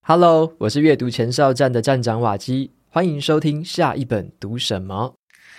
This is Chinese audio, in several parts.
Hello， 我是阅读前哨站的站长瓦基，欢迎收听下一本读什么。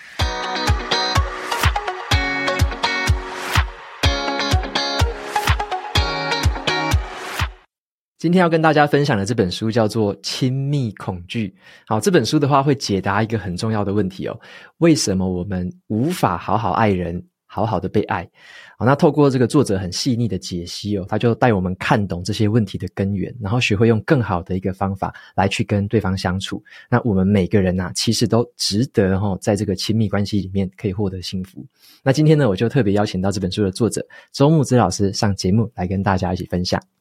今天要跟大家分享的这本书叫做《亲密恐惧》。好，这本书的话会解答一个很重要的问题哦，为什么我们无法好好爱人，好好的被爱？好，那透过这个作者很细腻的解析哦，他就带我们看懂这些问题的根源，然后学会用更好的一个方法来去跟对方相处。那我们每个人啊，其实都值得在这个亲密关系里面可以获得幸福。那今天呢，我就特别邀请到这本书的作者周慕姿老师上节目来跟大家一起分享。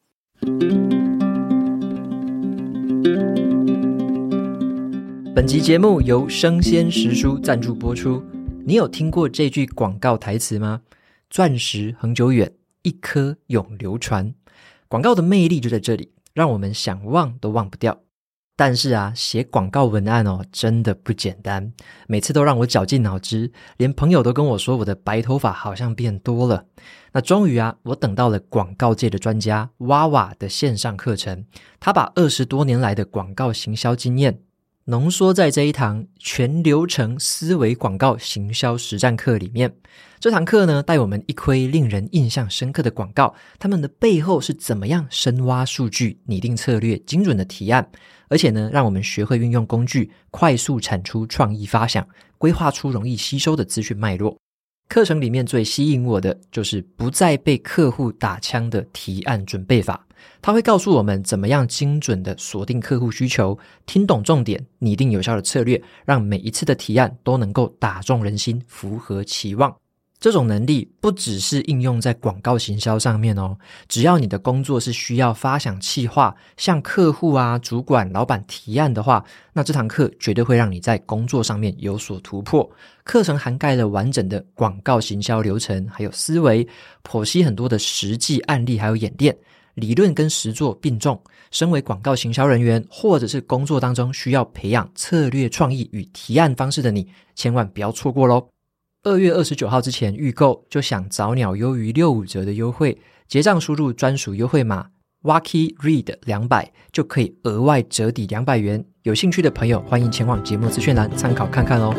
本集节目由生鲜时书赞助播出。你有听过这句广告台词吗？钻石恒久远，一颗永流传。广告的魅力就在这里，让我们想忘都忘不掉。但是啊，写广告文案真的不简单，每次都让我绞尽脑汁，连朋友都跟我说我的白头发好像变多了。那终于啊，我等到了广告界的专家娃娃的线上课程，他把20多年来的广告行销经验浓缩在这一堂全流程思维广告行销实战课里面。这堂课呢，带我们一窥令人印象深刻的广告，他们的背后是怎么样深挖数据，拟定策略，精准的提案，而且呢，让我们学会运用工具，快速产出创意发想，规划出容易吸收的资讯脉络。课程里面最吸引我的就是不再被客户打枪的提案准备法。它会告诉我们怎么样精准的锁定客户需求，听懂重点，拟定有效的策略，让每一次的提案都能够打中人心，符合期望。这种能力不只是应用在广告行销上面哦，只要你的工作是需要发想企划，向客户啊、主管、老板提案的话，那这堂课绝对会让你在工作上面有所突破。课程涵盖了完整的广告行销流程，还有思维，剖析很多的实际案例还有演练，理论跟实作并重。身为广告行销人员，或者是工作当中需要培养策略创意与提案方式的你，千万不要错过咯。2月29号之前预购，就享早鸟优于65折的优惠，结账输入专属优惠码 WAKIREAD 200，就可以额外折抵200元。有兴趣的朋友欢迎前往节目资讯栏参考看看哦。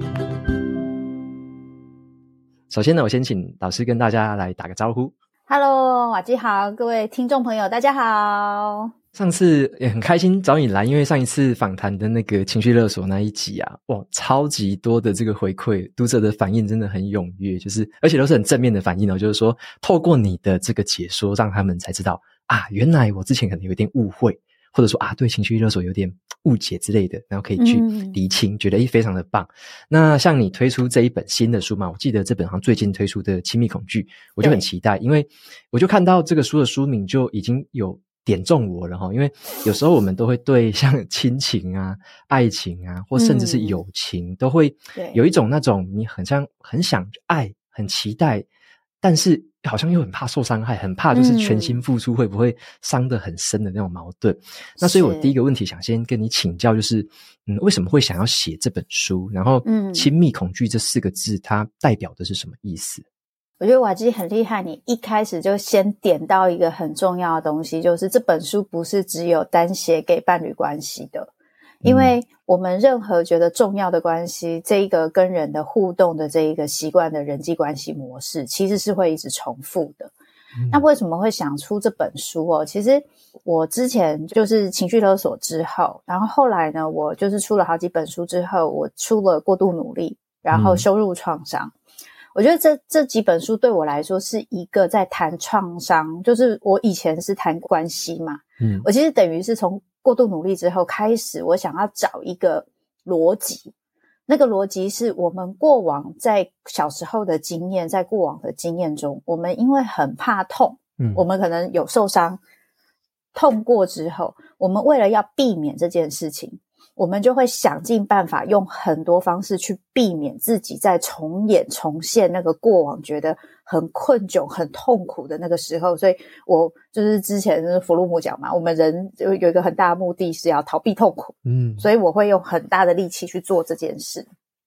首先呢，我先请老师跟大家来打个招呼。 Hello， 瓦基好，各位听众朋友大家好。 上次也很开心找你来，因为上一次访谈的那个情绪勒索那一集啊，哇，超级多的这个回馈，读者的反应真的很踊跃，而且都是很正面的反应哦，就是说透过你的这个解说，让他们才知道啊，原来我之前可能有点误会，或者说啊，对情绪勒索有点误解之类的，然后可以去厘清，觉得非常的棒。那像你推出这一本新的书嘛，我记得这本好像最近推出的《亲密恐惧》，我就很期待，因为我就看到这个书的书名就已经有点中我了齁，因为有时候我们都会对像亲情啊、爱情啊，或甚至是友情，都会有一种那种你很想爱、很期待，但是好像又很怕受伤害，很怕就是全心付出会不会伤得很深的那种矛盾。那所以我第一个问题想先跟你请教，就是为什么会想要写这本书？然后亲密恐惧这4个字它代表的是什么意思？ 我觉得瓦基很厉害，你一开始就先点到一个很重要的东西，就是这本书不是只有单写给伴侣关系的，因为我们任何觉得重要的关系，这一个跟人的互动的这一个习惯的人际关系模式，其实是会一直重复的。那为什么会想出这本书哦？其实我之前就是情绪勒索之后，然后后来呢，我就是出了好几本书之后，我出了过度努力，然后羞辱创伤。我觉得这几本书对我来说是一个在谈创伤，就是我以前是谈关系嘛，我其实等于是从过度努力之后开始，我想要找一个逻辑，那个逻辑是我们过往在小时候的经验，在过往的经验中，我们因为很怕痛，我们可能有受伤，痛过之后，我们为了要避免这件事情，我们就会想尽办法用很多方式去避免自己再重现那个过往觉得很困窘很痛苦的那个时候。所以我就是之前弗洛姆讲嘛，我们人就有一个很大的目的是要逃避痛苦，所以我会用很大的力气去做这件事。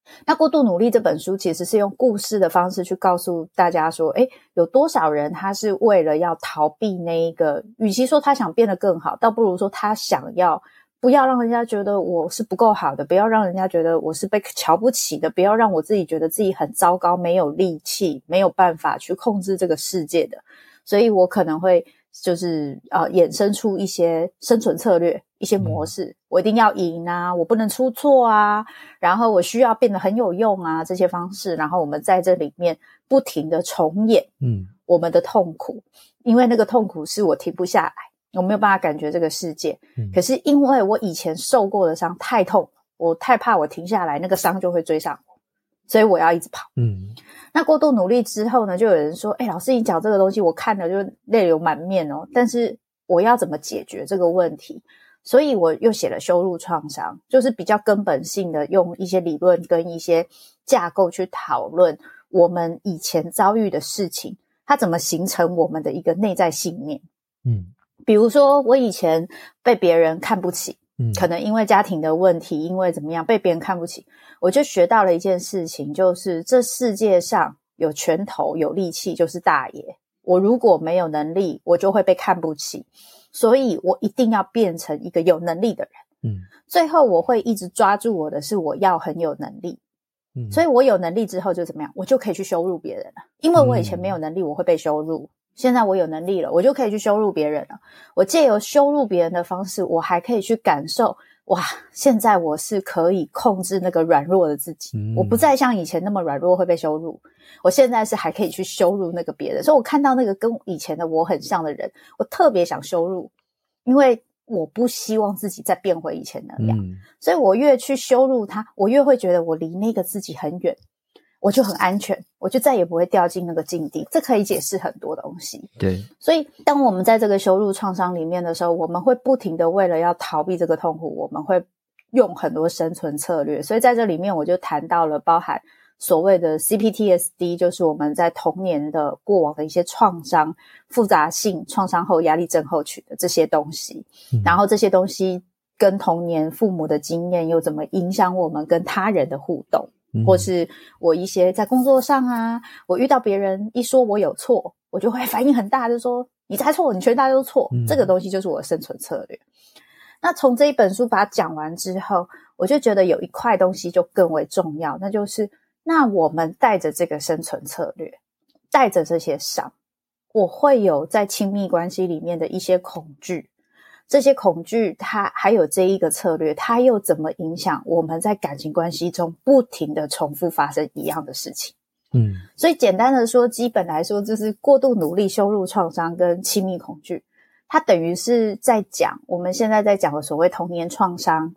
那过度努力这本书其实是用故事的方式去告诉大家说，有多少人他是为了要逃避那一个，与其说他想变得更好，倒不如说他想要不要让人家觉得我是不够好的，不要让人家觉得我是被瞧不起的，不要让我自己觉得自己很糟糕，没有力气，没有办法去控制这个世界的。所以我可能会就是衍生出一些生存策略，一些模式，我一定要赢啊，我不能出错啊，然后我需要变得很有用啊，这些方式，然后我们在这里面不停的重演我们的痛苦，因为那个痛苦是我停不下来，我没有办法感觉这个世界，可是因为我以前受过的伤太痛，我太怕我停下来那个伤就会追上我，所以我要一直跑。那过度努力之后呢，就有人说老师你讲这个东西我看了就泪流满面哦，但是我要怎么解决这个问题？所以我又写了羞辱创伤，就是比较根本性的用一些理论跟一些架构去讨论我们以前遭遇的事情，它怎么形成我们的一个内在信念。比如说我以前被别人看不起，可能因为家庭的问题，因为怎么样被别人看不起，我就学到了一件事情，就是这世界上有拳头有力气就是大爷，我如果没有能力我就会被看不起，所以我一定要变成一个有能力的人。最后我会一直抓住我的是我要很有能力，所以我有能力之后就怎么样，我就可以去羞辱别人了，因为我以前没有能力我会被羞辱，现在我有能力了，我就可以去羞辱别人了。我借由羞辱别人的方式，我还可以去感受，哇，现在我是可以控制那个软弱的自己，我不再像以前那么软弱会被羞辱，我现在是还可以去羞辱那个别人。所以我看到那个跟以前的我很像的人，我特别想羞辱，因为我不希望自己再变回以前那样，所以我越去羞辱他，我越会觉得我离那个自己很远，我就很安全，我就再也不会掉进那个境地。这可以解释很多东西。 对， 所以当我们在这个羞辱创伤里面的时候，我们会不停的为了要逃避这个痛苦，我们会用很多生存策略。所以在这里面我就谈到了包含所谓的 CPTSD， 就是我们在童年的过往的一些创伤、复杂性创伤后压力症候群的这些东西，然后这些东西跟童年父母的经验又怎么影响我们跟他人的互动，或是我一些在工作上啊，我遇到别人一说我有错，我就会反应很大，就说你才错，你全大家都错，这个东西就是我的生存策略。那从这一本书把它讲完之后，我就觉得有一块东西就更为重要，那就是那我们带着这个生存策略，带着这些伤，我会有在亲密关系里面的一些恐惧，这些恐惧它还有这一个策略，它又怎么影响我们在感情关系中不停的重复发生一样的事情。所以简单的说，基本来说就是过度努力、羞辱创伤跟亲密恐惧，它等于是在讲我们现在在讲的所谓童年创伤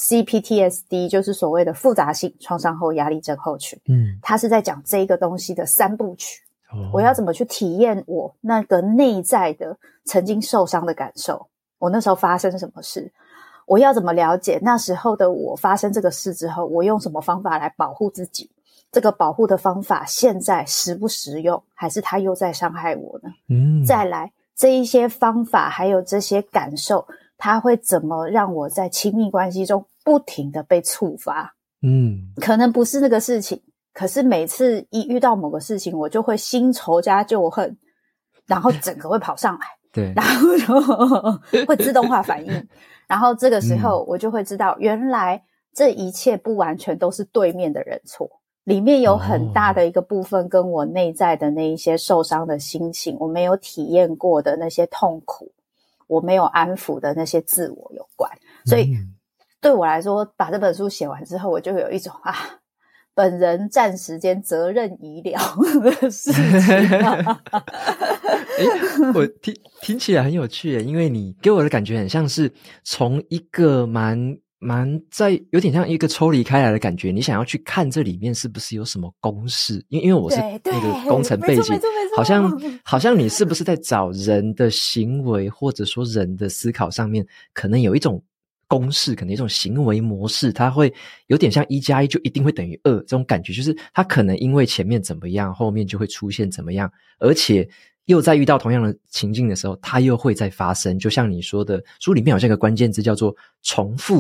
CPTSD， 就是所谓的复杂性创伤后压力症候群。它是在讲这个东西的三部曲。我要怎么去体验我那个内在的曾经受伤的感受，我那时候发生什么事，我要怎么了解那时候的我发生这个事之后，我用什么方法来保护自己，这个保护的方法现在实不实用，还是它又在伤害我呢？再来这一些方法还有这些感受，它会怎么让我在亲密关系中不停的被触发？可能不是那个事情，可是每次一遇到某个事情，我就会新仇加旧恨，然后整个会跑上来对， 然后就会自动化反应然后这个时候我就会知道，原来这一切不完全都是对面的人错，里面有很大的一个部分跟我内在的那一些受伤的心情，我没有体验过的那些痛苦，我没有安抚的那些自我有关。所以对我来说，把这本书写完之后，我就有一种本人暂时间责任已了的事情我听起来很有趣耶，因为你给我的感觉很像是从一个蛮在有点像一个抽离开来的感觉，你想要去看这里面是不是有什么公式，因为我是那个工程背景，好像你是不是在找人的行为或者说人的思考上面可能有一种公式，可能一种行为模式，它会有点像1+1就一定会等于2这种感觉，就是它可能因为前面怎么样，后面就会出现怎么样，而且又在遇到同样的情境的时候，它又会再发生。就像你说的，书里面有这个关键字叫做重复的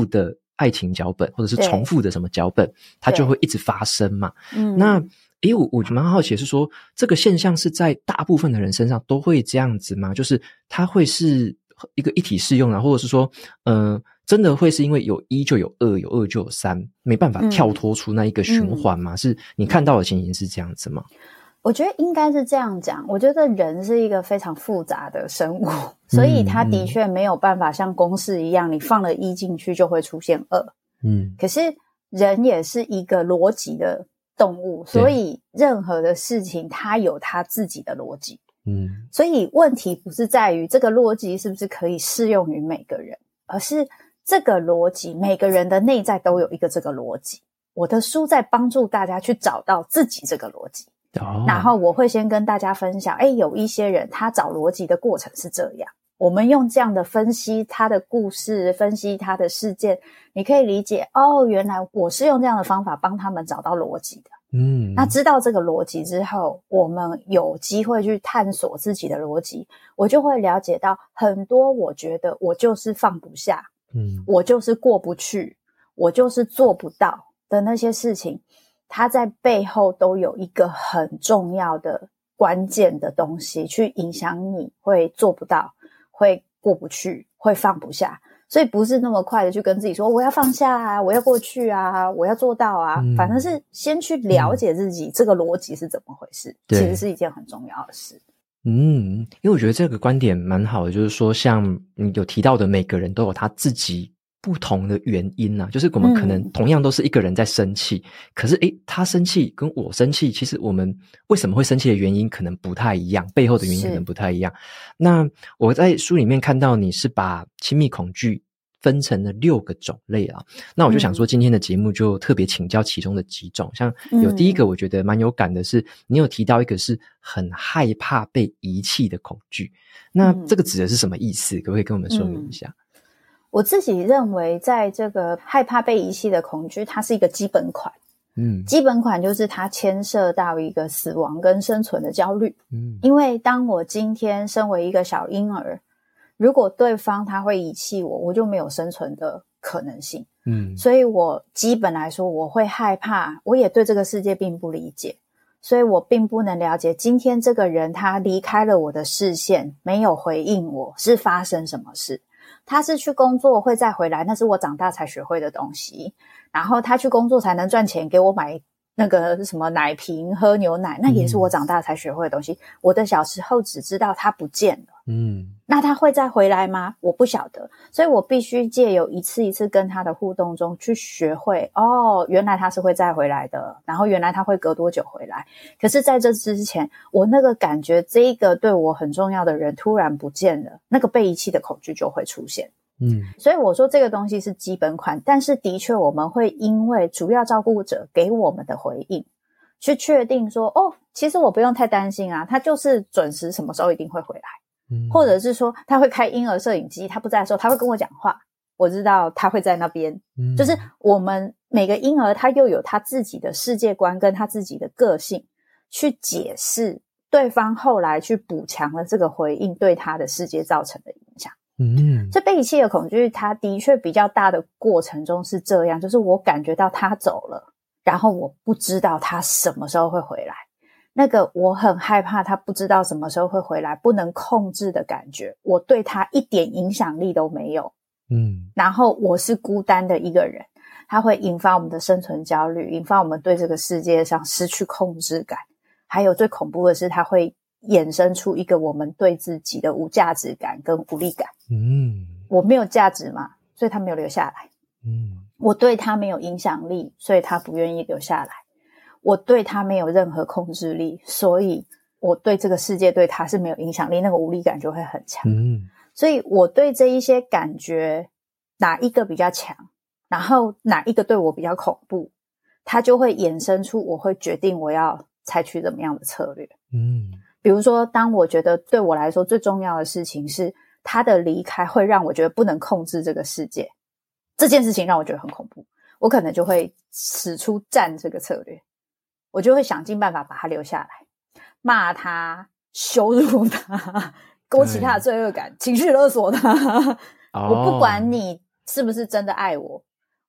爱情脚本或者是重复的什么脚本，它就会一直发生嘛。那我蛮好奇的是说，这个现象是在大部分的人身上都会这样子吗？就是它会是一个一体适用啊，或者是说真的会是因为有一就有二，有二就有三，没办法跳脱出那一个循环吗？是你看到的情形是这样子吗？ 我觉得应该是这样讲，我觉得人是一个非常复杂的生物，所以它的确没有办法像公式一样，你放了一进去就会出现二。可是人也是一个逻辑的动物，所以任何的事情它有它自己的逻辑。所以问题不是在于这个逻辑是不是可以适用于每个人，而是这个逻辑每个人的内在都有一个这个逻辑。我的书在帮助大家去找到自己这个逻辑。然后我会先跟大家分享，有一些人他找逻辑的过程是这样，我们用这样的分析他的故事，分析他的事件，你可以理解原来我是用这样的方法帮他们找到逻辑的。那知道这个逻辑之后，我们有机会去探索自己的逻辑，我就会了解到很多我觉得我就是放不下，我就是过不去，我就是做不到的那些事情，它在背后都有一个很重要的关键的东西去影响你会做不到，会过不去，会放不下。所以不是那么快的去跟自己说我要放下啊，我要过去啊，我要做到啊，反正是先去了解自己这个逻辑是怎么回事，其实是一件很重要的事。 因为我觉得这个观点蛮好的，就是说像你有提到的每个人都有他自己不同的原因啊，就是我们可能同样都是一个人在生气，可是他生气跟我生气，其实我们为什么会生气的原因可能不太一样，背后的原因可能不太一样。那我在书里面看到你是把亲密恐惧分成了6个种类啊，那我就想说今天的节目就特别请教其中的几种，像有第一个我觉得蛮有感的是，你有提到一个是很害怕被遗弃的恐惧，那这个指的是什么意思？可不可以跟我们说明一下？ 我自己认为在这个害怕被遗弃的恐惧，它是一个基本款。基本款就是它牵涉到一个死亡跟生存的焦虑。因为当我今天身为一个小婴儿，如果对方他会遗弃我，我就没有生存的可能性。所以我基本来说我会害怕，我也对这个世界并不理解，所以我并不能了解今天这个人他离开了我的视线，没有回应我，是发生什么事。他是去工作会再回来，那是我长大才学会的东西，然后他去工作才能赚钱给我买那个什么奶瓶喝牛奶，那也是我长大才学会的东西。我的小时候只知道他不见了，那他会再回来吗？我不晓得，所以我必须借由一次一次跟他的互动中去学会，原来他是会再回来的，然后原来他会隔多久回来。可是在这之前，我那个感觉这一个对我很重要的人突然不见了，那个被遗弃的恐惧就会出现。所以我说这个东西是基本款，但是的确我们会因为主要照顾者给我们的回应去确定说其实我不用太担心啊，他就是准时什么时候一定会回来，或者是说他会开婴儿摄影机，他不在的时候他会跟我讲话，我知道他会在那边。就是我们每个婴儿他又有他自己的世界观跟他自己的个性去解释对方后来去补强了这个回应对他的世界造成的影响。这被遗弃的恐惧它的确比较大的过程中是这样，就是我感觉到他走了，然后我不知道他什么时候会回来，那个我很害怕他不知道什么时候会回来，不能控制的感觉，我对他一点影响力都没有。然后我是孤单的一个人，它会引发我们的生存焦虑，引发我们对这个世界上失去控制感，还有最恐怖的是它会衍生出一个我们对自己的无价值感跟无力感。我没有价值嘛，所以他没有留下来。我对他没有影响力，所以他不愿意留下来。我对他没有任何控制力，所以我对这个世界对他是没有影响力，那个无力感就会很强。所以我对这一些感觉哪一个比较强，然后哪一个对我比较恐怖，它就会衍生出我会决定我要采取怎么样的策略。比如说当我觉得对我来说最重要的事情是他的离开会让我觉得不能控制这个世界，这件事情让我觉得很恐怖，我可能就会使出战这个策略，我就会想尽办法把他留下来，骂他，羞辱他，勾起他的罪恶感，情绪勒索他。我不管你是不是真的爱我，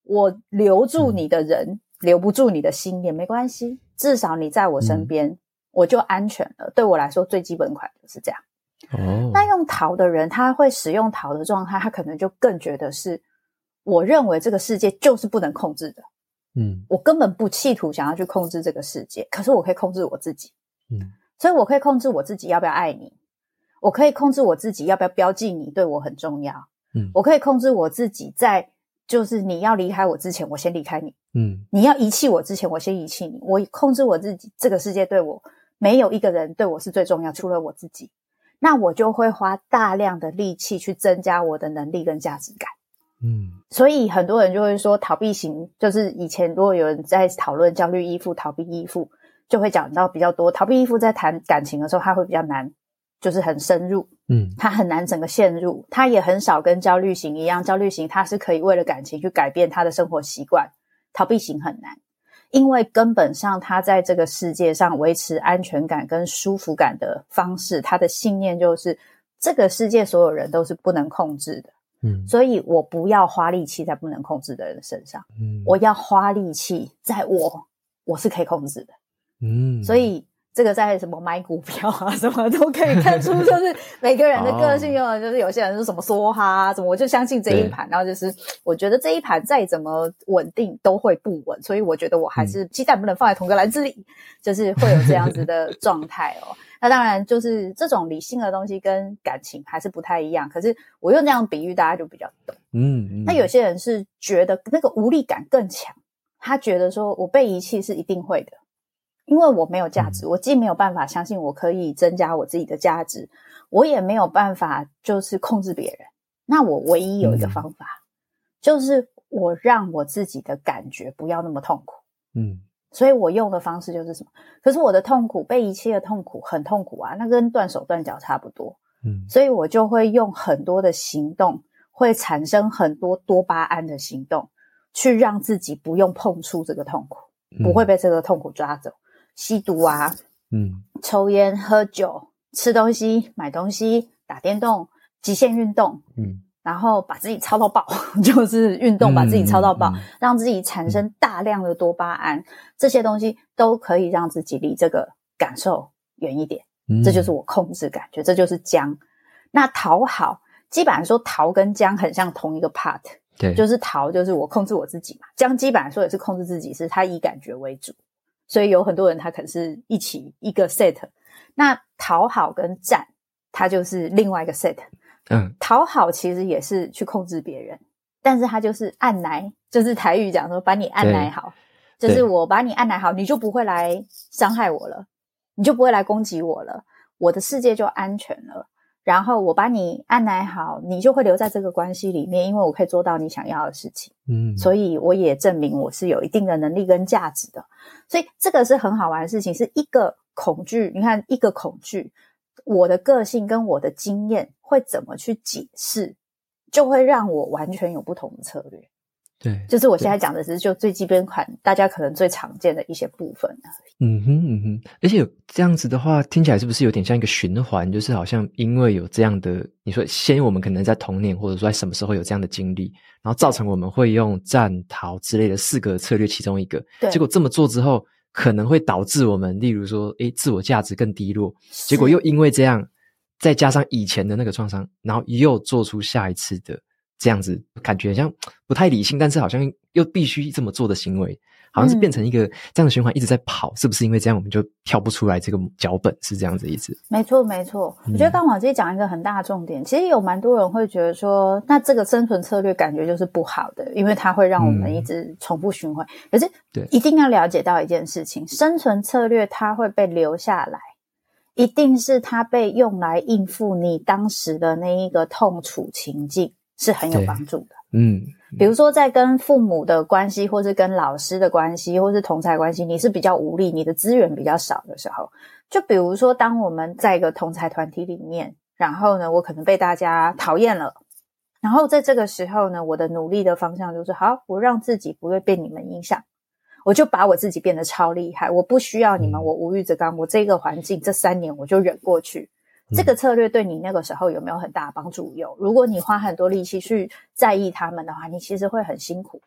我留住你的人，留不住你的心也没关系，至少你在我身边，我就安全了。对我来说最基本款就是这样。那用逃的人，他会使用逃的状态，他可能就更觉得是我认为这个世界就是不能控制的，我根本不企图想要去控制这个世界，可是我可以控制我自己，所以我可以控制我自己要不要爱你，我可以控制我自己要不要标记你对我很重要，我可以控制我自己在就是你要离开我之前我先离开你，你要遗弃我之前我先遗弃你，我控制我自己，这个世界对我没有一个人对我是最重要，除了我自己，那我就会花大量的力气去增加我的能力跟价值感。所以很多人就会说逃避型，就是以前如果有人在讨论焦虑依附逃避依附，就会讲到比较多，逃避依附在谈感情的时候他会比较难，就是很深入，他很难整个陷入，他也很少跟焦虑型一样，焦虑型他是可以为了感情去改变他的生活习惯，逃避型很难，因为根本上他在这个世界上维持安全感跟舒服感的方式，他的信念就是这个世界所有人都是不能控制的，所以我不要花力气在不能控制的人身上，我要花力气在我是可以控制的，所以这个在什么买股票啊什么都可以看出，就是每个人的个性就是有些人是什么梭哈什么，我就相信这一盘，然后就是我觉得这一盘再怎么稳定都会不稳，所以我觉得我还是鸡蛋不能放在同个篮子里，就是会有这样子的状态哦。那当然就是这种理性的东西跟感情还是不太一样，可是我用这样比喻大家就比较懂。那有些人是觉得那个无力感更强，他觉得说我被遗弃是一定会的，因为我没有价值，我既没有办法相信我可以增加我自己的价值，我也没有办法就是控制别人，那我唯一有一个方法，就是我让我自己的感觉不要那么痛苦，所以我用的方式就是什么？可是我的痛苦，被遗弃的痛苦很痛苦啊，那跟断手断脚差不多，所以我就会用很多的行动，会产生很多多巴胺的行动，去让自己不用碰触这个痛苦，不会被这个痛苦抓走。吸毒啊，抽烟、喝酒、吃东西、买东西、打电动、极限运动，然后把自己操到爆，就是运动把自己操到爆，让自己产生大量的多巴胺，这些东西都可以让自己离这个感受远一点，这就是我控制感觉，这就是僵。那讨好，基本上说逃跟僵很像同一个 part， 对，就是逃就是我控制我自己嘛，僵基本上说也是控制自己，是他以感觉为主，所以有很多人他可能是一起一个 set， 那讨好跟战它就是另外一个 set。讨好其实也是去控制别人，但是他就是按来，就是台语讲说把你按来好，就是我把你按来好，你就不会来伤害我了，你就不会来攻击我了，我的世界就安全了，然后我把你按来好，你就会留在这个关系里面，因为我可以做到你想要的事情，所以我也证明我是有一定的能力跟价值的，所以这个是很好玩的事情，是一个恐惧，你看一个恐惧，我的个性跟我的经验会怎么去解释，就会让我完全有不同的策略。对，就是我现在讲的只是就最基本款，大家可能最常见的一些部分而已。 而且这样子的话，听起来是不是有点像一个循环？就是好像因为有这样的，你说先我们可能在童年或者说在什么时候有这样的经历，然后造成我们会用战逃之类的4个策略其中一个，结果这么做之后，可能会导致我们例如说自我价值更低落，结果又因为这样再加上以前的那个创伤，然后又做出下一次的这样子感觉像不太理性，但是好像又必须这么做的行为，好像是变成一个这样的循环一直在跑，是不是因为这样我们就跳不出来这个脚本，是这样子的意思？ 没错没错，我觉得刚好这讲一个很大的重点，其实有蛮多人会觉得说那这个生存策略感觉就是不好的，因为它会让我们一直重复循环，可是一定要了解到一件事情，生存策略它会被留下来，一定是它被用来应付你当时的那一个痛楚情境是很有帮助的。比如说在跟父母的关系，或是跟老师的关系，或是同侪关系，你是比较无力，你的资源比较少的时候，就比如说当我们在一个同侪团体里面，然后呢我可能被大家讨厌了，然后在这个时候呢我的努力的方向就是好，我让自己不会被你们影响，我就把我自己变得超厉害，我不需要你们，我无欲则刚，我这个环境这3年我就忍过去。这个策略对你那个时候有没有很大的帮助？有。如果你花很多力气去在意他们的话，你其实会很辛苦嘛。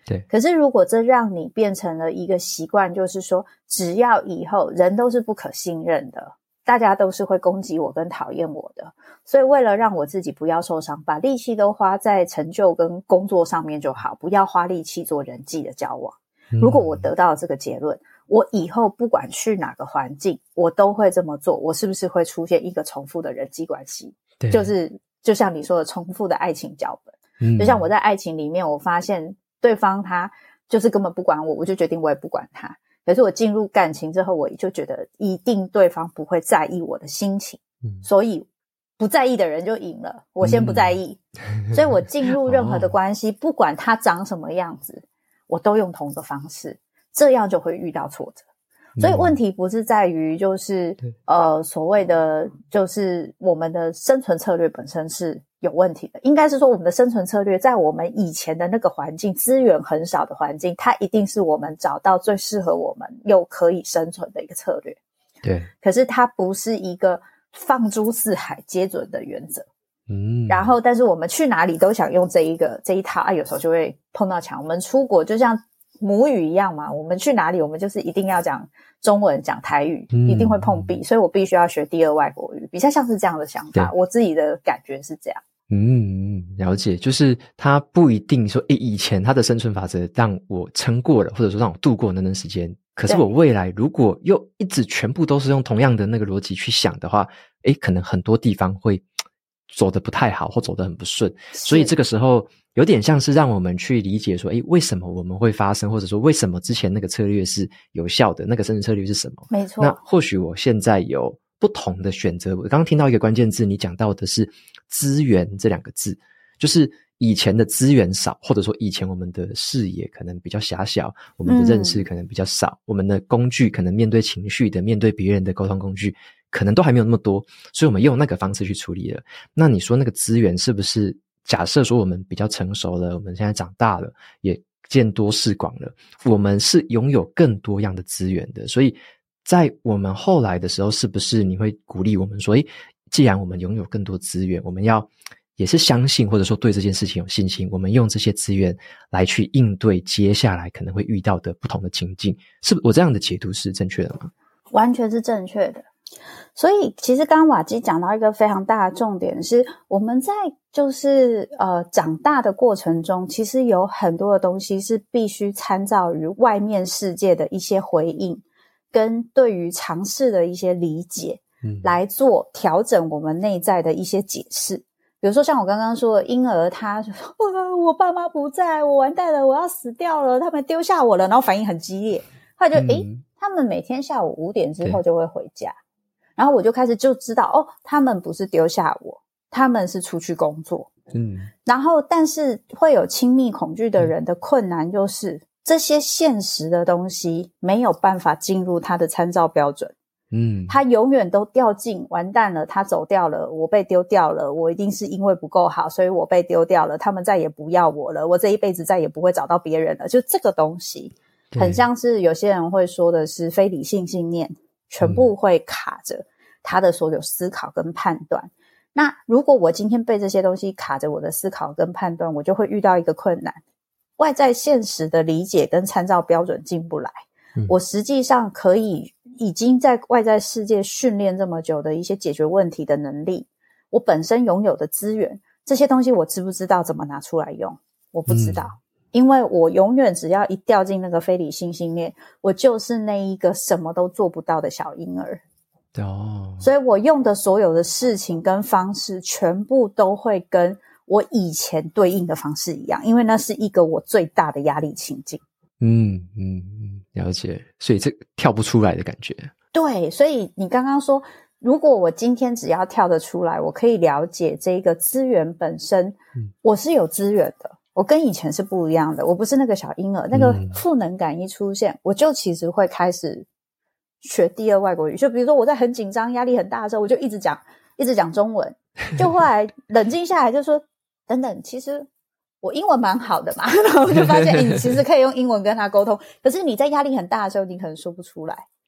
对。 可是如果这让你变成了一个习惯，就是说只要以后人都是不可信任的，大家都是会攻击我跟讨厌我的，所以为了让我自己不要受伤，把力气都花在成就跟工作上面就好，不要花力气做人际的交往。如果我得到了这个结论，我以后不管去哪个环境我都会这么做，我是不是会出现一个重复的人际关系？ 对， 就像你说的重复的爱情脚本。就像我在爱情里面，我发现对方他就是根本不管我，我就决定我也不管他。可是我进入感情之后，我就觉得一定对方不会在意我的心情，所以不在意的人就赢了，我先不在意。所以我进入任何的关系，不管他长什么样子，我都用同一个方式，这样就会遇到挫折。所以问题不是在于就是所谓的就是我们的生存策略本身是有问题的，应该是说我们的生存策略在我们以前的那个环境，资源很少的环境，它一定是我们找到最适合我们又可以生存的一个策略。 对， 可是它不是一个放诸四海皆准的原则。然后但是我们去哪里都想用这一套啊，有时候就会碰到墙。我们出国就像母语一样嘛，我们去哪里我们就是一定要讲中文讲台语，一定会碰壁，所以我必须要学第二外国语，比较像是这样的想法。我自己的感觉是这样。 了解，就是他不一定说以前他的生存法则让我撑过了，或者说让我度过那段时间，可是我未来如果又一直全部都是用同样的那个逻辑去想的话，可能很多地方会走得不太好，或走得很不顺。所以这个时候有点像是让我们去理解说为什么我们会发生，或者说为什么之前那个策略是有效的，那个生存策略是什么。 没错。 那或许我现在有不同的选择。我刚刚听到一个关键字，你讲到的是资源这两个字，就是以前的资源少，或者说以前我们的视野可能比较狭小，我们的认识可能比较少，我们的工具可能面对情绪的，面对别人的沟通工具可能都还没有那么多，所以我们用那个方式去处理了。那你说那个资源是不是假设说我们比较成熟了，我们现在长大了，也见多识广了，我们是拥有更多样的资源的，所以在我们后来的时候，是不是你会鼓励我们说既然我们拥有更多资源，我们要也是相信或者说对这件事情有信心，我们用这些资源来去应对接下来可能会遇到的不同的情境，是不是我这样的解读是正确的吗？ 完全是正确的。所以其实刚刚瓦基讲到一个非常大的重点是，我们在就是长大的过程中，其实有很多的东西是必须参照于外面世界的一些回应跟对于常识的一些理解来做调整我们内在的一些解释。比如说像我刚刚说的婴儿，他就说我爸妈不在，我完蛋了，我要死掉了，他们丢下我了，然后反应很激烈，后来就他们每天下午5点之后就会回家，然后我就开始就知道他们不是丢下我，他们是出去工作。然后但是会有亲密恐惧的人的困难就是这些现实的东西没有办法进入他的参照标准。他永远都掉进完蛋了，他走掉了，我被丢掉了，我一定是因为不够好，所以我被丢掉了，他们再也不要我了，我这一辈子再也不会找到别人了。就这个东西很像是有些人会说的是非理性信念，全部会卡着他的所有思考跟判断。那如果我今天被这些东西卡着我的思考跟判断，我就会遇到一个困难，外在现实的理解跟参照标准进不来。我实际上可以已经在外在世界训练这么久的一些解决问题的能力，我本身拥有的资源，这些东西我知不知道怎么拿出来用？我不知道。因为我永远只要一掉进那个非理性信念，我就是那一个什么都做不到的小婴儿。所以我用的所有的事情跟方式全部都会跟我以前对应的方式一样，因为那是一个我最大的压力情境。 了解。所以这跳不出来的感觉。 对，所以你刚刚说如果我今天只要跳得出来，我可以了解这个资源本身，我是有资源的，我跟以前是不一样的，我不是那个小婴儿，那个赋能感一出现，我就其实会开始学第二外国语。就比如说我在很紧张压力很大的时候，我就一直讲中文，就后来冷静下来就说等等，其实我英文蛮好的嘛，然后我就发现你其实可以用英文跟他沟通，可是你在压力很大的时候你可能说不出来。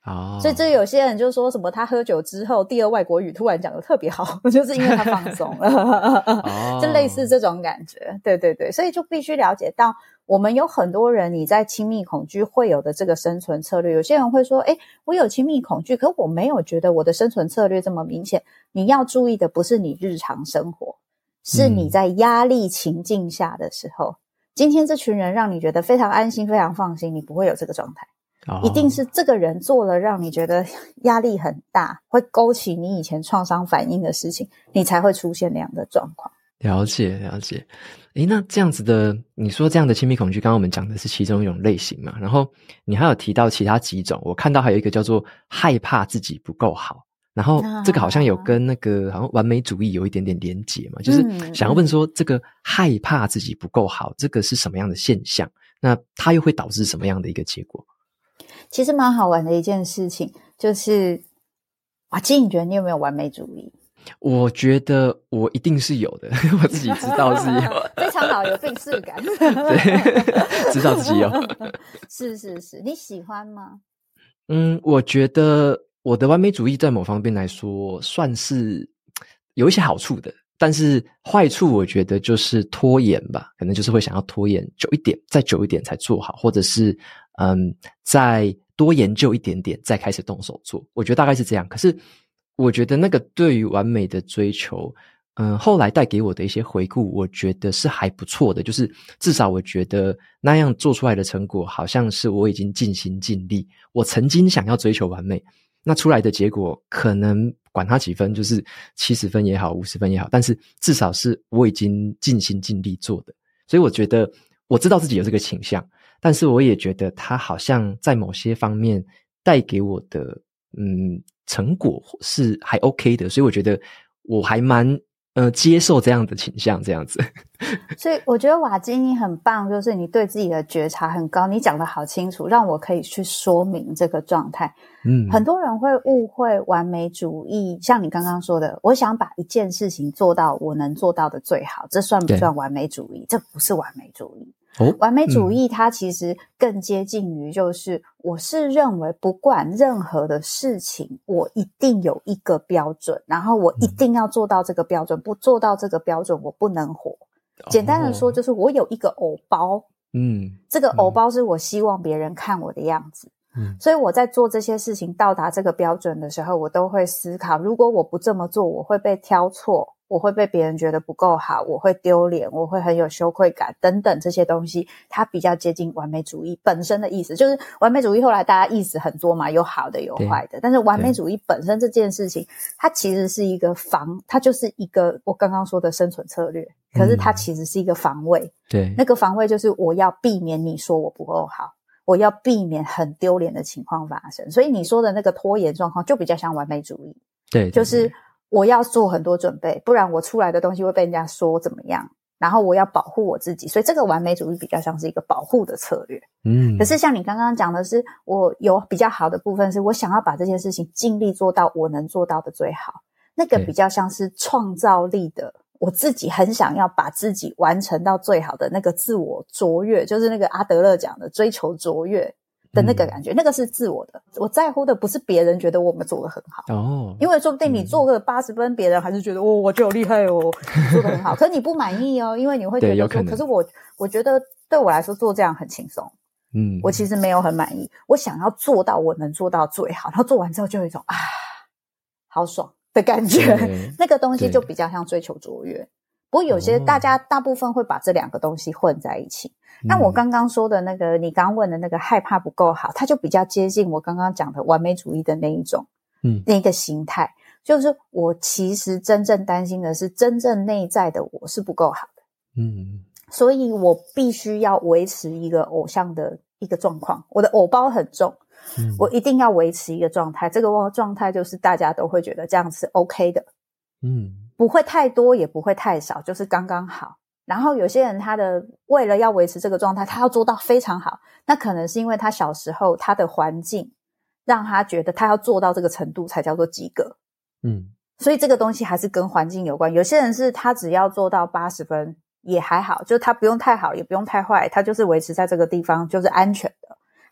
所以这有些人就说什么他喝酒之后第二外国语突然讲得特别好，就是因为他放松了就类似这种感觉。对对对，所以就必须了解到我们有很多人你在亲密恐惧会有的这个生存策略。有些人会说我有亲密恐惧，可我没有觉得我的生存策略这么明显。你要注意的不是你日常生活，是你在压力情境下的时候，今天这群人让你觉得非常安心非常放心，你不会有这个状态。一定是这个人做了让你觉得压力很大，会勾起你以前创伤反应的事情，你才会出现那样的状况。 了解了解。那这样子的，你说这样的亲密恐惧，刚刚我们讲的是其中一种类型嘛，然后你还有提到其他几种，我看到还有一个叫做害怕自己不够好，然后这个好像有跟那个好像完美主义有一点点连结嘛，就是想要问说这个害怕自己不够好，这个是什么样的现象？那它又会导致什么样的一个结果？ 其实蛮好玩的一件事情，就是其实你觉得你有没有完美主义？ 我觉得我一定是有的，我自己知道是有非常好，有病视感对，知道自己有是是是，你喜欢吗？ 我觉得我的完美主义在某方面来说算是有一些好处的，但是坏处我觉得就是拖延吧，可能就是会想要拖延久一点，再久一点才做好，或者是再多研究一点点再开始动手做，我觉得大概是这样。可是我觉得那个对于完美的追求后来带给我的一些回顾，我觉得是还不错的，就是至少我觉得那样做出来的成果好像是我已经尽心尽力，我曾经想要追求完美，那出来的结果可能管它几分，就是70分也好50分也好，但是至少是我已经尽心尽力做的。所以我觉得我知道自己有这个倾向，但是我也觉得它好像在某些方面带给我的成果是还 OK 的，所以我觉得我还蛮接受这样的倾向这样子所以我觉得瓦基你很棒，就是你对自己的觉察很高，你讲得好清楚，让我可以去说明这个状态。很多人会误会完美主义，像你刚刚说的，我想把一件事情做到我能做到的最好，这算不算完美主义？这不是完美主义。完美主义它其实更接近于就是我是认为不管任何的事情我一定有一个标准，然后我一定要做到这个标准，不做到这个标准我不能活。简单的说就是我有一个偶包，这个偶包是我希望别人看我的样子，所以我在做这些事情到达这个标准的时候，我都会思考，如果我不这么做我会被挑错，我会被别人觉得不够好，我会丢脸，我会很有羞愧感等等，这些东西它比较接近完美主义本身的意思。就是完美主义后来大家意思很多嘛，有好的有坏的，但是完美主义本身这件事情它其实是一个它就是一个我刚刚说的生存策略，可是它其实是一个防卫。对，那个防卫就是我要避免你说我不够好，我要避免很丢脸的情况发生。所以你说的那个拖延状况就比较像完美主义。对，就是我要做很多准备，不然我出来的东西会被人家说怎么样，然后我要保护我自己，所以这个完美主义比较像是一个保护的策略。可是像你刚刚讲的是，我有比较好的部分是我想要把这件事情尽力做到我能做到的最好，那个比较像是创造力的，我自己很想要把自己完成到最好的那个自我卓越，就是那个阿德勒讲的追求卓越的那个感觉，那个是自我的。我在乎的不是别人觉得我们做得很好因为说不定你做个80分，别人还是觉得我就厉害你做得很好，可是你不满意因为你会觉得说，可是我觉得对我来说做这样很轻松，我其实没有很满意，我想要做到我能做到最好，然后做完之后就有一种好爽的感觉，那个东西就比较像追求卓越。不过有些大部分会把这两个东西混在一起。那我刚刚说的那个你刚问的那个害怕不够好，它就比较接近我刚刚讲的完美主义的那一种那个形态，就是我其实真正担心的是真正内在的我是不够好的所以我必须要维持一个偶像的一个状况，我的偶包很重我一定要维持一个状态，这个状态就是大家都会觉得这样是 OK 的不会太多也不会太少，就是刚刚好。然后有些人他的为了要维持这个状态，他要做到非常好，那可能是因为他小时候他的环境让他觉得他要做到这个程度才叫做及格所以这个东西还是跟环境有关。有些人是他只要做到80分也还好，就他不用太好也不用太坏，他就是维持在这个地方就是安全的，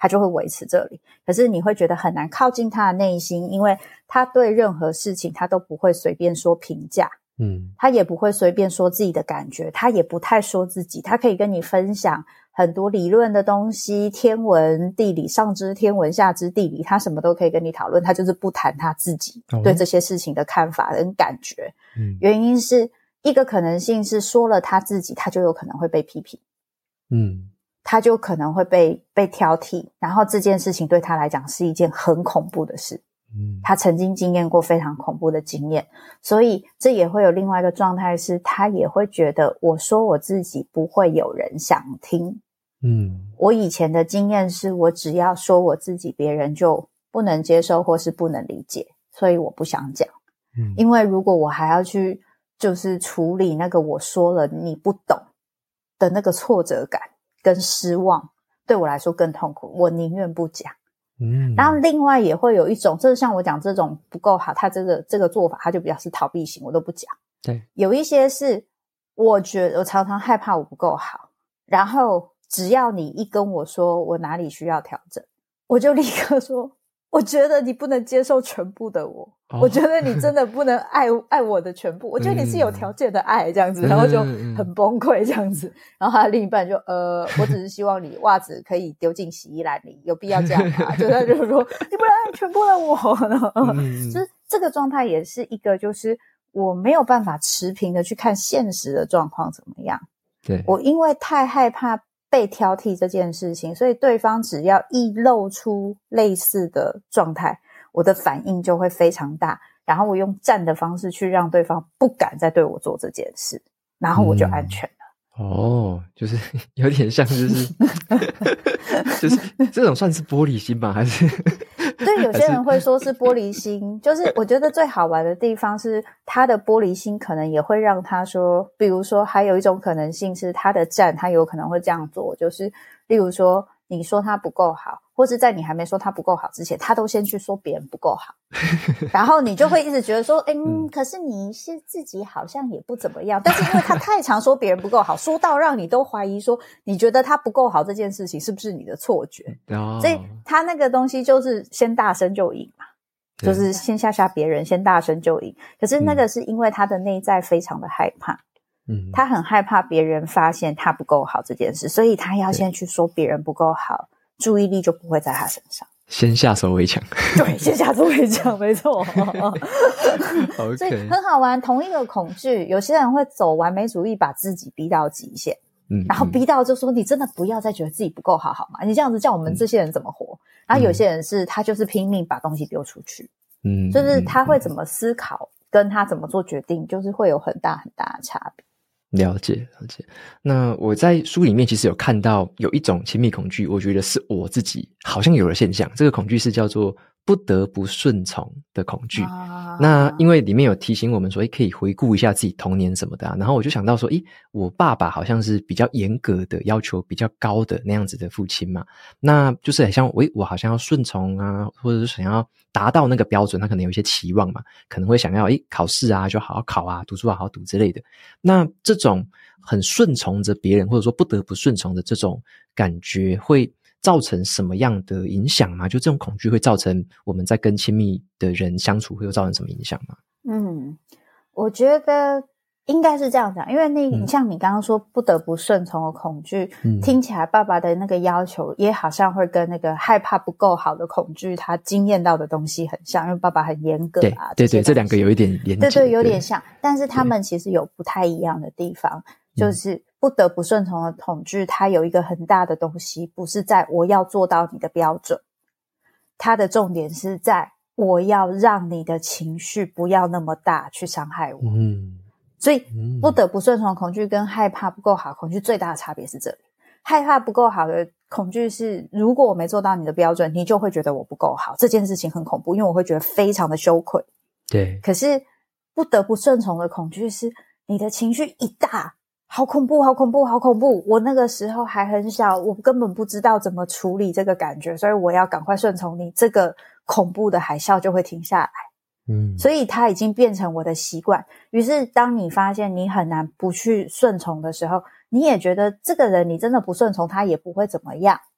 他就会维持这里。可是你会觉得很难靠近他的内心，因为他对任何事情他都不会随便说评价，他也不会随便说自己的感觉，他也不太说自己，他可以跟你分享很多理论的东西，天文地理，上知天文下知地理，他什么都可以跟你讨论，他就是不谈他自己对这些事情的看法跟感觉。原因是一个可能性是说了他自己，他就有可能会被批评，他就可能会被挑剔，然后这件事情对他来讲是一件很恐怖的事，他曾经经验过非常恐怖的经验，所以这也会有另外一个状态是他也会觉得我说我自己不会有人想听。我以前的经验是我只要说我自己，别人就不能接受或是不能理解，所以我不想讲。因为如果我还要去就是处理那个我说了你不懂的那个挫折感跟失望，对我来说更痛苦，我宁愿不讲。然后另外也会有一种，就是像我讲这种不够好，他这个做法他就比较是逃避型，我都不讲。 对， 有一些是我觉得我常常害怕我不够好，然后只要你一跟我说我哪里需要调整，我就立刻说我觉得你不能接受全部的我，我觉得你真的不能爱我的全部，我觉得你是有条件的爱这样子，然后就很崩溃这样子，然后他的另一半就我只是希望你袜子可以丢进洗衣篮里，有必要这样吗？就他就说你不能爱全部的我就是这个状态也是一个，就是我没有办法持平的去看现实的状况怎么样。 对， 我因为太害怕被挑剔这件事情，所以对方只要一露出类似的状态，我的反应就会非常大，然后我用战的方式去让对方不敢再对我做这件事，然后我就安全了。 就是有点像就是就是这种算是玻璃心吧，还是对，有些人会说是玻璃心，就是我觉得最好玩的地方是他的玻璃心可能也会让他说，比如说还有一种可能性是他的战他有可能会这样做，就是例如说你说他不够好，或是在你还没说他不够好之前，他都先去说别人不够好然后你就会一直觉得说可是你是自己好像也不怎么样，但是因为他太常说别人不够好，说到让你都怀疑说你觉得他不够好这件事情是不是你的错觉所以他那个东西就是先大声就赢嘛，就是先吓别人，先大声就赢，可是那个是因为他的内在非常的害怕他很害怕别人发现他不够好这件事，所以他要先去说别人不够好，注意力就不会在他身上， 先下手为强对，先下手为强，没错所以很好玩，同一个恐惧，有些人会走完美主义，把自己逼到极限然后逼到就说你真的不要再觉得自己不够好好吗？你这样子叫我们这些人怎么活然后有些人是他就是拼命把东西丢出去就是他会怎么思考跟他怎么做决定就是会有很大很大的差别。 了解。那我在书里面其实有看到有一种亲密恐惧，我觉得是我自己好像有的现象，这个恐惧是叫做不得不顺从的恐惧那因为里面有提醒我们说可以回顾一下自己童年什么的然后我就想到说我爸爸好像是比较严格的要求比较高的那样子的父亲嘛，那就是很像我好像要顺从啊，或者是想要达到那个标准，他可能有一些期望嘛，可能会想要考试啊就好好考啊，读书好好读之类的，那这种很顺从着别人或者说不得不顺从的这种感觉会造成什么样的影响吗？就这种恐惧会造成我们在跟亲密的人相处会有造成什么影响吗？ 我觉得应该是这样讲，因为像你刚刚说不得不顺从的恐惧听起来爸爸的那个要求也好像会跟那个害怕不够好的恐惧他经验到的东西很像，因为爸爸很严格啊对， 这两个有一点连结对有点像，但是他们其实有不太一样的地方就是不得不顺从的恐惧它有一个很大的东西不是在我要做到你的标准，它的重点是在我要让你的情绪不要那么大去伤害我所以不得不顺从的恐惧跟害怕不够好的恐惧最大的差别是这里，害怕不够好的恐惧是如果我没做到你的标准你就会觉得我不够好，这件事情很恐怖，因为我会觉得非常的羞愧对， 可是不得不顺从的恐惧是你的情绪一大好恐怖好恐怖好恐怖，我那个时候还很小，我根本不知道怎么处理这个感觉，所以我要赶快顺从你，这个恐怖的海啸就会停下来所以它已经变成我的习惯，于是当你发现你很难不去顺从的时候，你也觉得这个人你真的不顺从他也不会怎么样，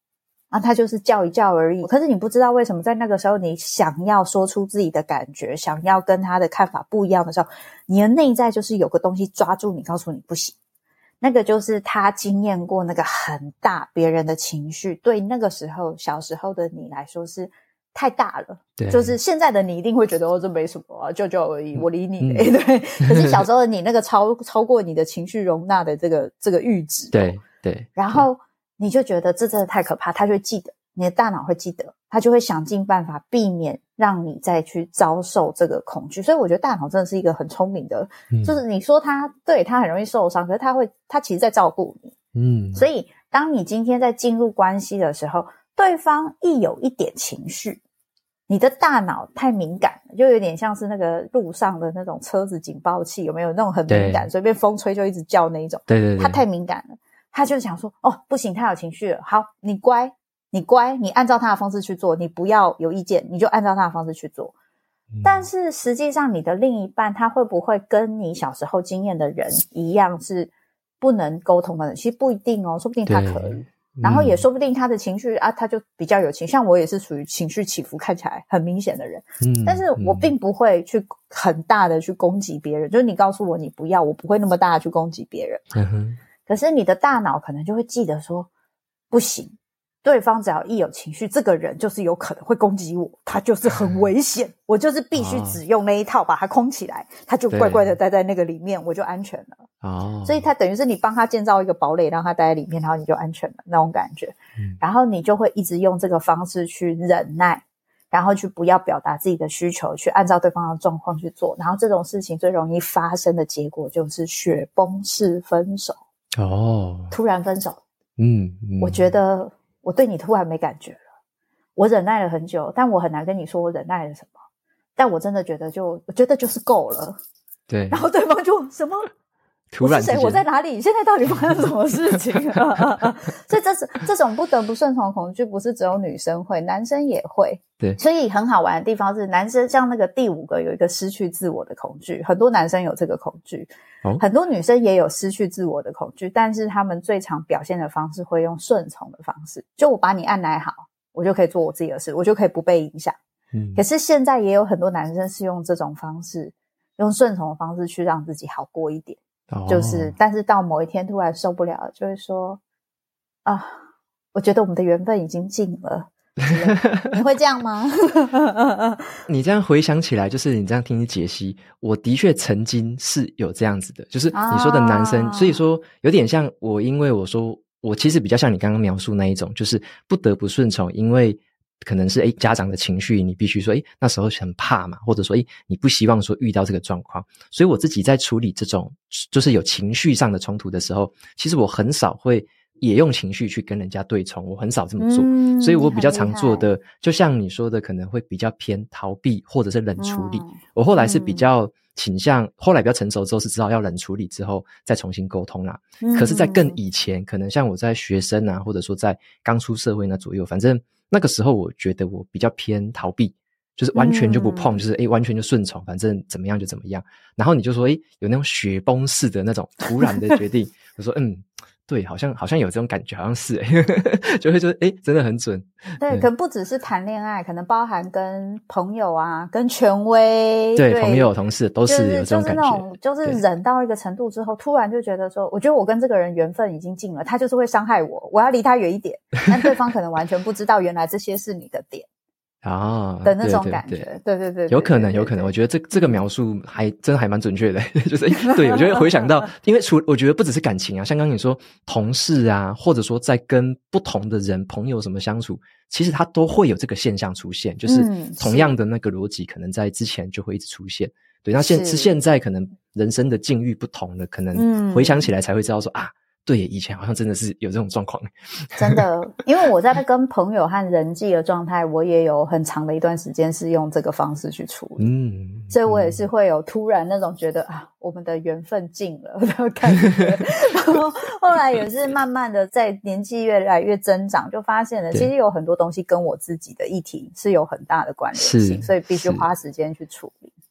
啊，他就是叫一叫而已。可是你不知道为什么在那个时候你想要说出自己的感觉，想要跟他的看法不一样的时候，你的内在就是有个东西抓住你，告诉你不行。那个就是他经验过那个很大别人的情绪，对那个时候小时候的你来说是太大了。 对， 就是现在的你一定会觉得这没什么啊，就而已，我理你嘞。对，可是小时候的你那个超过你的情绪容纳的这个阈值。 对对， 然后你就觉得这真的太可怕，他就会记得，你的大脑会记得，他就会想尽办法避免让你再去遭受这个恐惧。所以我觉得大脑真的是一个很聪明的，就是你说他对他很容易受伤，可是他其实在照顾你。所以当你今天在进入关系的时候，对方一有一点情绪，你的大脑太敏感了，就有点像是那个路上的那种车子警报器，有没有那种很敏感，随便风吹就一直叫那一种。对，他太敏感了，他就想说不行，他有情绪了，好，你乖，你按照他的方式去做，你不要有意见，你就按照他的方式去做。但是实际上你的另一半他会不会跟你小时候经验的人一样是不能沟通的人？其实不一定说不定他可以，然后也说不定他的情绪他就比较有情绪，像我也是属于情绪起伏看起来很明显的人。但是我并不会去很大的去攻击别人，就是你告诉我你不要，我不会那么大的去攻击别人。可是你的大脑可能就会记得说不行，对方只要一有情绪，这个人就是有可能会攻击我，他就是很危险，我就是必须只用那一套把它空起来，他就乖乖的待在那个里面，我就安全了。所以他等于是你帮他建造一个堡垒，让他待在里面，然后你就安全了那种感觉。然后你就会一直用这个方式去忍耐，然后去不要表达自己的需求，去按照对方的状况去做。然后这种事情最容易发生的结果就是雪崩式分手。突然分手。我觉得我对你突然没感觉了，我忍耐了很久，但我很难跟你说我忍耐了什么，但我真的觉得我觉得就是够了。 对， 然后对方就什么突然之间， 我是谁？我在哪里？现在到底发生什么事情？所以这种不得不顺从的恐惧不是只有女生会，男生也会。 对， 所以很好玩的地方是，男生像那个第5个有一个失去自我的恐惧，很多男生有这个恐惧，很多女生也有失去自我的恐惧，但是他们最常表现的方式会用顺从的方式，就我把你按奶好，我就可以做我自己的事，我就可以不被影响。可是现在也有很多男生是用这种方式，用顺从的方式去让自己好过一点。就是但是到某一天突然受不了了，就会说我觉得我们的缘分已经尽了。你会这样吗？ 你这样回想起来，就是你这样听你解析，我的确曾经是有这样子的，就是你说的男生，所以说有点像我，因为我说我其实比较像你刚刚描述那一种，就是不得不顺从，因为可能是家长的情绪，你必须说那时候很怕嘛，或者说你不希望说遇到这个状况。所以我自己在处理这种就是有情绪上的冲突的时候，其实我很少会也用情绪去跟人家对冲，我很少这么做。所以我比较常做的就像你说的，可能会比较偏逃避或者是冷处理。我后来是比较倾向后来比较成熟之后是知道要冷处理之后再重新沟通啦。可是在更以前，可能像我在学生或者说在刚出社会那左右，反正那个时候我觉得我比较偏逃避，就是完全就不碰，就是完全就顺从，反正怎么样就怎么样。然后你就说有那种雪崩式的那种突然的决定我说对，好像有这种感觉，好像是就会说真的很准。 对，可能不只是谈恋爱，可能包含跟朋友跟权威， 对朋友同事都是有这种感觉， 就是那种就是忍到一个程度之后，突然就觉得说，我觉得我跟这个人缘分已经尽了，他就是会伤害我，我要离他远一点。但对方可能完全不知道，原来这些是你的点。的那种感觉。对， 有可能，我觉得这个描述真的还蛮准确的。就是对，我觉得回想到因为我觉得不只是感情像刚刚你说同事或者说在跟不同的人朋友什么相处，其实它都会有这个现象出现，就是同样的那个逻辑可能在之前就会一直出现。对，那现在可能人生的境遇不同了，可能回想起来才会知道说对，以前好像真的是有这种状况。 真的，因为我在跟朋友和人际的状态，我也有很长的一段时间是用这个方式去处理。所以我也是会有突然那种觉得我们的缘分尽了的感觉。然后后来也是慢慢的在年纪越来越增长，就发现了其实有很多东西跟我自己的议题是有很大的关联性，所以必须花时间去处理。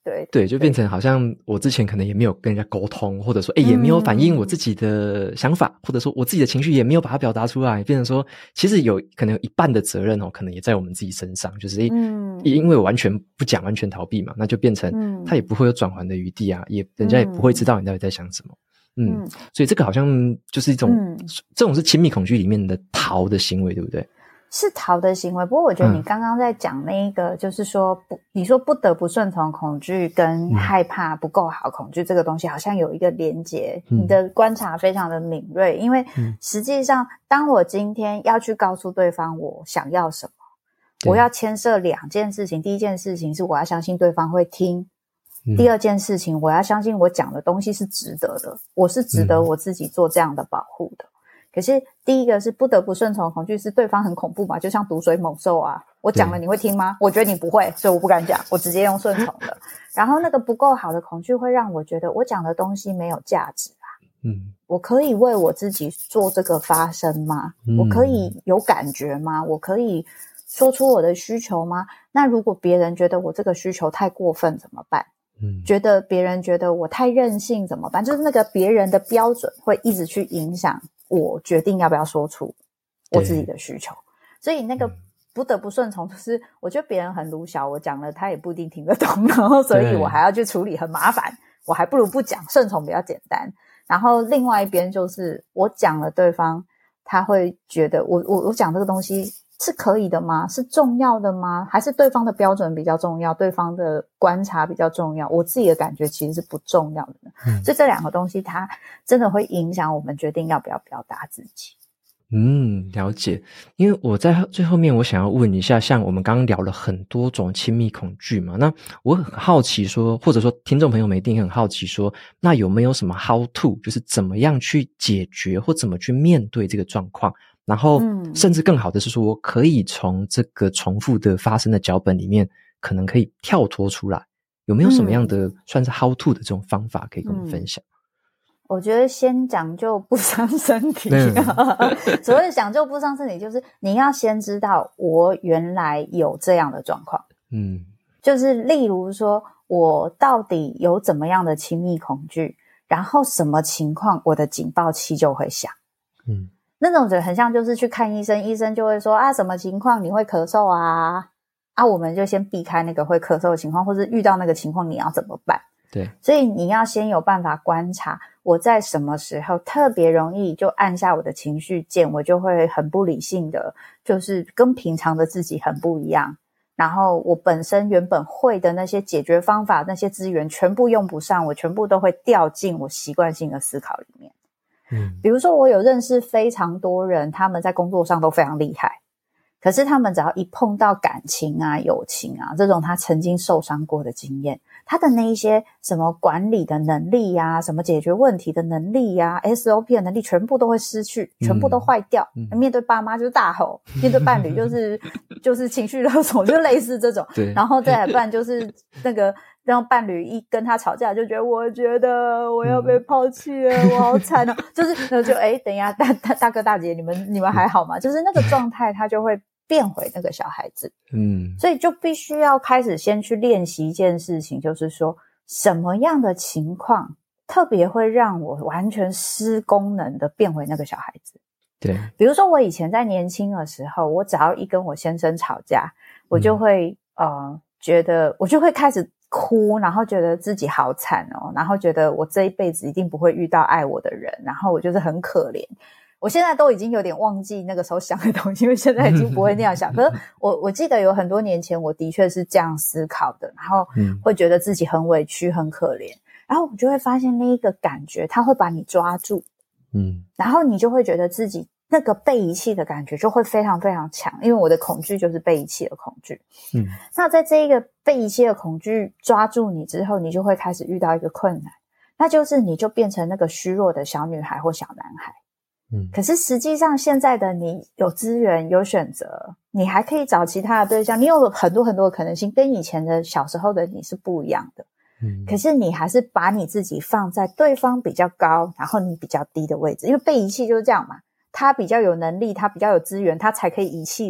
对，就变成好像我之前可能也没有跟人家沟通，或者说也没有反映我自己的想法，或者说我自己的情绪也没有把它表达出来，变成说其实可能有一半的责任可能也在我们自己身上，就是因为我完全不讲，完全逃避嘛，那就变成他也不会有转圜的余地啊，人家也不会知道你到底在想什么。所以这个好像就是一种这种是亲密恐惧里面的逃的行为，对不对？ 是逃的行为。不过我觉得你刚刚在讲那一个就是说你说不得不顺从恐惧跟害怕不够好恐惧这个东西好像有一个连结，你的观察非常的敏锐。因为实际上当我今天要去告诉对方我想要什么，我要牵涉两件事情。第一件事情是我要相信对方会听，第二件事情我要相信我讲的东西是值得的，我是值得我自己做这样的保护的。可是第一个是不得不顺从恐惧，是对方很恐怖嘛，就像毒水猛兽啊，我讲了你会听吗？我觉得你不会，所以我不敢讲，我直接用顺从的。然后那个不够好的恐惧会让我觉得我讲的东西没有价值啊。我可以为我自己做这个发声吗？我可以有感觉吗？我可以说出我的需求吗？那如果别人觉得我这个需求太过分怎么办？别人觉得我太任性怎么办？就是那个别人的标准会一直去影响我决定要不要说出我自己的需求。所以那个不得不顺从，就是我觉得别人很鲁小，我讲了他也不一定听得懂，然后所以我还要去处理，很麻烦，我还不如不讲，顺从比较简单。然后另外一边就是我讲了对方他会觉得我讲这个东西是可以的吗？是重要的吗？还是对方的标准比较重要，对方的观察比较重要，我自己的感觉其实是不重要的所以这两个东西它真的会影响我们决定要不要表达自己。 了解。因为我在最后面我想要问一下，像我们刚刚聊了很多种亲密恐惧嘛，那我很好奇说，或者说听众朋友们一定很好奇说，那有没有什么 how to， 就是怎么样去解决或怎么去面对这个状况，然后甚至更好的是说，我可以从这个重复的发生的脚本里面可能可以跳脱出来，有没有什么样的算是 how to 的这种方法可以跟我们分享？ 我觉得先讲究不伤身体所谓讲究不伤身体，就是你要先知道我原来有这样的状况。就是例如说我到底有怎么样的亲密恐惧，然后什么情况我的警报器就会响。那种很像就是去看医生，医生就会说什么情况你会咳嗽我们就先避开那个会咳嗽的情况，或是遇到那个情况你要怎么办。 对， 所以你要先有办法观察我在什么时候特别容易就按下我的情绪键，我就会很不理性的，就是跟平常的自己很不一样，然后我本身原本会的那些解决方法，那些资源全部用不上，我全部都会掉进我习惯性的思考里面。比如说我有认识非常多人，他们在工作上都非常厉害，可是他们只要一碰到感情友情这种他曾经受伤过的经验，他的那一些什么管理的能力什么解决问题的能力SOP 的能力全部都会失去，全部都坏掉。面对爸妈就是大吼，面对伴侣就是情绪勒索，就类似这种。然后再来不然就是那个让伴侣一跟他吵架就觉得我觉得我要被抛弃了，我好惨就是就等一下大哥大姐你们还好吗？就是那个状态他就会变回那个小孩子。所以就必须要开始先去练习一件事情，就是说什么样的情况特别会让我完全失功能的变回那个小孩子。 对， 比如说我以前在年轻的时候，我只要一跟我先生吵架，我就会觉得我就会开始哭，然后觉得自己好惨然后觉得我这一辈子一定不会遇到爱我的人，然后我就是很可怜。我现在都已经有点忘记那个时候想的东西，因为现在已经不会那样想。可是我记得有很多年前我的确是这样思考的，然后会觉得自己很委屈很可怜，然后我就会发现那一个感觉它会把你抓住，然后你就会觉得自己那个被遗弃的感觉就会非常非常强，因为我的恐惧就是被遗弃的恐惧。那在这一个被遗弃的恐惧抓住你之后，你就会开始遇到一个困难，那就是你就变成那个虚弱的小女孩或小男孩。可是实际上现在的你有资源有选择，你还可以找其他的对象，你有很多很多的可能性，跟以前的小时候的你是不一样的。可是你还是把你自己放在对方比较高然后你比较低的位置，因为被遗弃就是这样嘛，他比较有能力他比较有资源他才可以遗弃我嘛。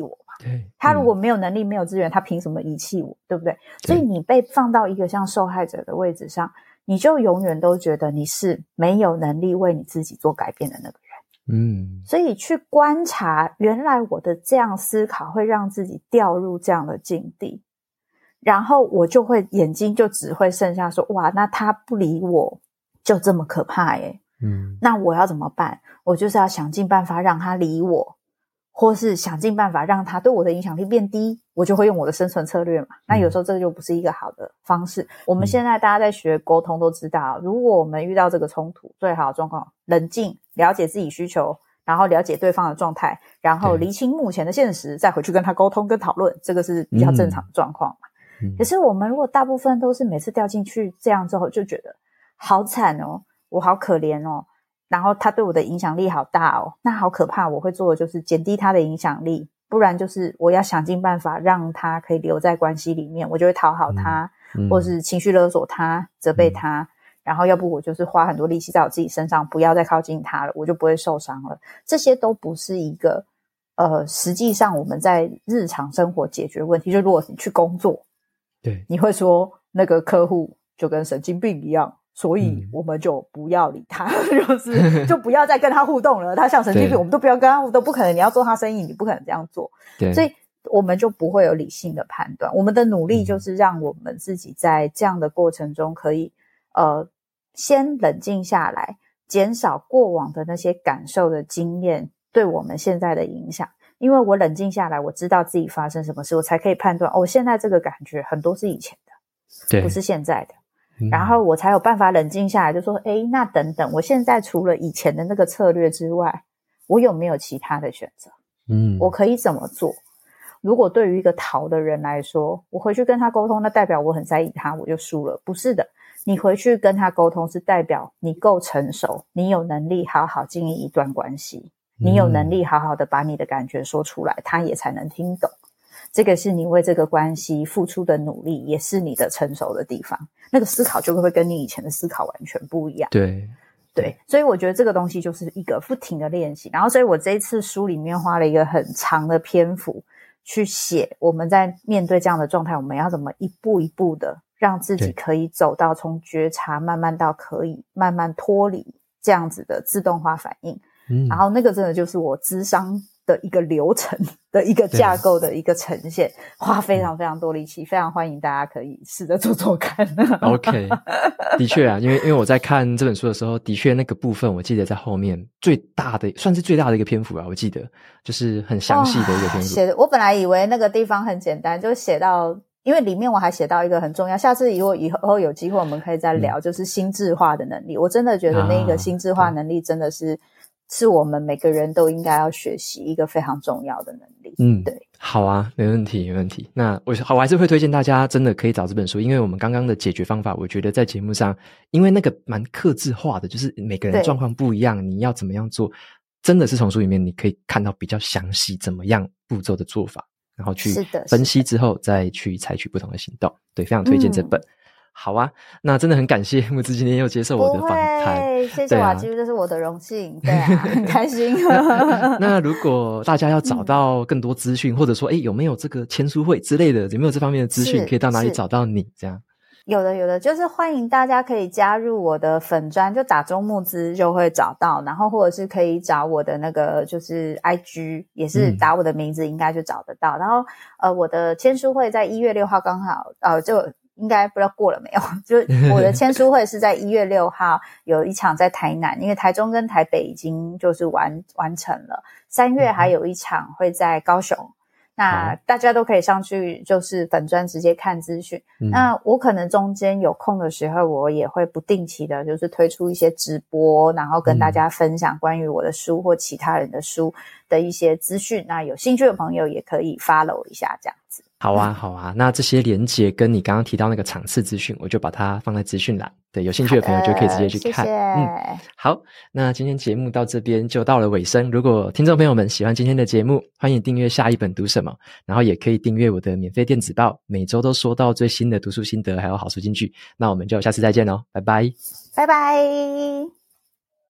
对， 他如果没有能力没有资源，他凭什么遗弃我，对不对？所以你被放到一个像受害者的位置上，你就永远都觉得你是没有能力为你自己做改变的那个人。所以去观察原来我的这样思考会让自己掉入这样的境地，然后我就会眼睛就只会剩下说，哇，那他不理我就这么可怕耶。那我要怎么办？我就是要想尽办法让他理我，或是想尽办法让他对我的影响力变低，我就会用我的生存策略嘛。那有时候这个就不是一个好的方式。我们现在大家在学沟通都知道，如果我们遇到这个冲突，最好的状况冷静，了解自己需求，然后了解对方的状态，然后厘清目前的现实，再回去跟他沟通跟讨论，这个是比较正常的状况嘛。可是我们如果大部分都是每次掉进去这样之后就觉得好惨哦，我好可怜哦，然后他对我的影响力好大哦，那好可怕。我会做的就是减低他的影响力，不然就是我要想尽办法让他可以留在关系里面，我就会讨好他，或是情绪勒索他，责备他，然后要不我就是花很多力气在我自己身上，不要再靠近他了，我就不会受伤了。这些都不是一个实际上我们在日常生活解决问题。就如果你去工作，对，你会说那个客户就跟神经病一样，所以我们就不要理他，就不要再跟他互动了。他像神经病，我们都不要跟他互动，不可能。你要做他生意，你不可能这样做。对，所以我们就不会有理性的判断。我们的努力就是让我们自己在这样的过程中可以先冷静下来，减少过往的那些感受的经验对我们现在的影响。因为我冷静下来，我知道自己发生什么事，我才可以判断现在这个感觉很多是以前的，不是现在的。然后我才有办法冷静下来，就说那等等，我现在除了以前的那个策略之外，我有没有其他的选择？我可以怎么做？如果对于一个逃的人来说，我回去跟他沟通，那代表我很在意他，我就输了。不是的，你回去跟他沟通是代表你够成熟，你有能力好好经营一段关系，你有能力好好的把你的感觉说出来，他也才能听懂。这个是你为这个关系付出的努力，也是你的成熟的地方。那个思考就会跟你以前的思考完全不一样。对，所以我觉得这个东西就是一个不停的练习。然后所以我这一次书里面花了一个很长的篇幅去写我们在面对这样的状态，我们要怎么一步一步的让自己可以走到从觉察慢慢到可以慢慢脱离这样子的自动化反应。然后那个真的就是我諮商的一个流程的一个架构的一个呈现，花非常非常多力气，非常欢迎大家可以试着做做看。 OK， 的确啊，因为我在看这本书的时候，的确那个部分我记得在后面最大的，算是最大的一个篇幅啊，我记得就是很详细的一个篇幅。 写的我本来以为那个地方很简单，就写到，因为里面我还写到一个很重要，下次以后有机会我们可以再聊，就是心智化的能力。我真的觉得那个心智化能力真的是我们每个人都应该要学习一个非常重要的能力。对， 好啊，没问题。那我还是会推荐大家真的可以找这本书，因为我们刚刚的解决方法，我觉得在节目上，因为那个蛮客制化的，就是每个人状况不一样，你要怎么样做，真的是从书里面你可以看到比较详细怎么样步骤的做法，然后去分析之后再去采取不同的行动。对，非常推荐这本。好啊，那真的很感谢慕姿今天又接受我的访谈。 谢谢瓦基，这是我的荣幸。对啊，很开心。 那如果大家要找到更多资讯，或者说有没有这个签书会之类的，有没有这方面的资讯，可以到哪里找到你这样？ 有的，就是欢迎大家可以加入我的粉专，就打中慕姿就会找到，然后或者是可以找我的那个就是 IG， 也是打我的名字应该就找得到。然后我的签书会在1月6号刚好就应该不知道过了没有，就我的签书会是在1月6号有一场在台南，因为台中跟台北已经就是完成了，3月还有一场会在高雄。那大家都可以上去就是粉专直接看资讯。那我可能中间有空的时候，我也会不定期的就是推出一些直播，然后跟大家分享关于我的书或其他人的书的一些资讯。那有兴趣的朋友也可以 follow 一下这样子。 好啊，那这些连结跟你刚刚提到那个场次资讯，我就把它放在资讯栏。对，有兴趣的朋友就可以直接去看。 谢谢。 好，那今天节目到这边就到了尾声。如果听众朋友们喜欢今天的节目，欢迎订阅下一本读什么，然后也可以订阅我的免费电子报，每周都收到最新的读书心得还有好书金句。那我们就下次再见咯，拜拜。 拜拜。